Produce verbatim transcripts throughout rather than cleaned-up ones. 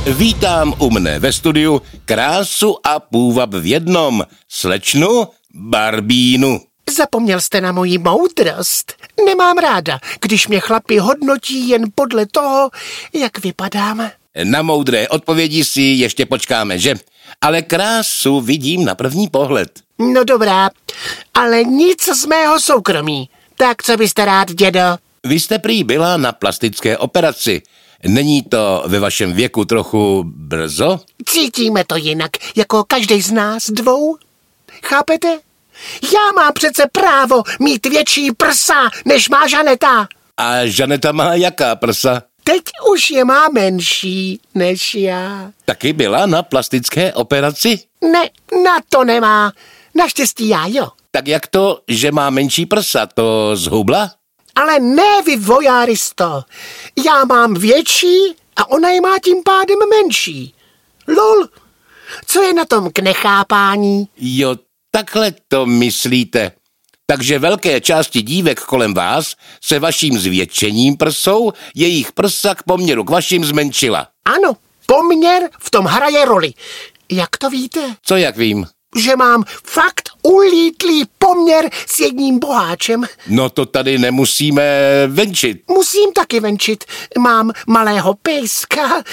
Vítám u mne ve studiu krásu a půvab v jednom, slečnu Barbínu. Zapomněl jste na moji moudrost. Nemám ráda, když mě chlapi hodnotí jen podle toho, jak vypadám. Na moudré odpovědi si ještě počkáme, že? Ale krásu vidím na první pohled. No dobrá, ale nic z mého soukromí. Tak co byste rád, dědo? Vy jste prý byla na plastické operaci. Není to ve vašem věku trochu brzo? Cítíme to jinak, jako každý z nás dvou. Chápete? Já mám přece právo mít větší prsa, než má Žaneta. A Žaneta má jaká prsa? Teď už je má menší než já. Taky byla na plastické operaci? Ne, na to nemá. Naštěstí já, jo. Tak jak to, že má menší prsa, to zhubla? Ale ne, vy vojáristo. Já mám větší a ona je má tím pádem menší. Lol, co je na tom k nechápání? Jo, takhle to myslíte. Takže velké části dívek kolem vás se vaším zvětšením prsou jejich prsa k poměru k vašim zmenšila. Ano, poměr v tom hraje roli. Jak to víte? Co jak vím? Že mám fakt ulítlý poměr s jedním boháčem. No to tady nemusíme venčit. Musím taky venčit. Mám malého pejska,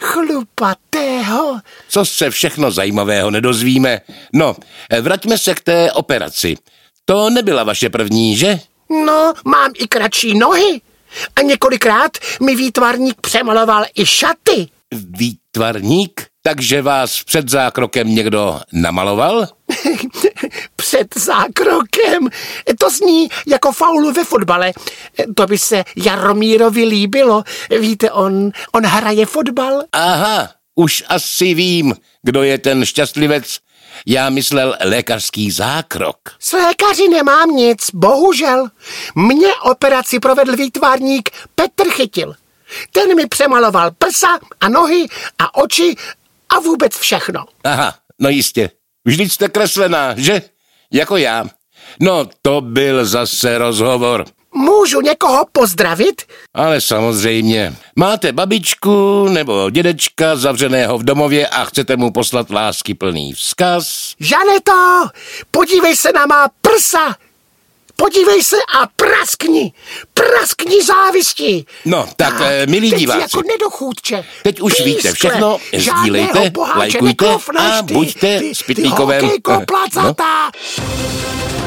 chlupatého. Co se všechno zajímavého nedozvíme. No, vraťme se k té operaci. To nebyla vaše první, že? No, mám i kratší nohy. A několikrát mi výtvarník přemaloval i šaty. Výtvarník? Takže vás před zákrokem někdo namaloval? Před zákrokem? To zní jako faul ve fotbale. To by se Jaromírovi líbilo. Víte, on, on hraje fotbal. Aha, už asi vím, kdo je ten šťastlivec. Já myslel lékařský zákrok. S lékaři nemám nic, bohužel. Mně operaci provedl výtvarník Petr Chytil. Ten mi přemaloval prsa a nohy a oči a vůbec všechno. Aha, no jistě. Vždyť jste kreslená, že? Jako já. No, to byl zase rozhovor. Můžu někoho pozdravit? Ale samozřejmě. Máte babičku nebo dědečka zavřeného v domově a chcete mu poslat láskyplný vzkaz? Žaneto, podívej se na má prsa. Podívej se a praskni. Praskni závisti. No, tak, a, milí teď diváci. Jako nedochůdče. Teď už Pískle, víte všechno, sdílejte, lajkujte a buďte s Pytlíkovem. Ty, ty hokejko placatá. No?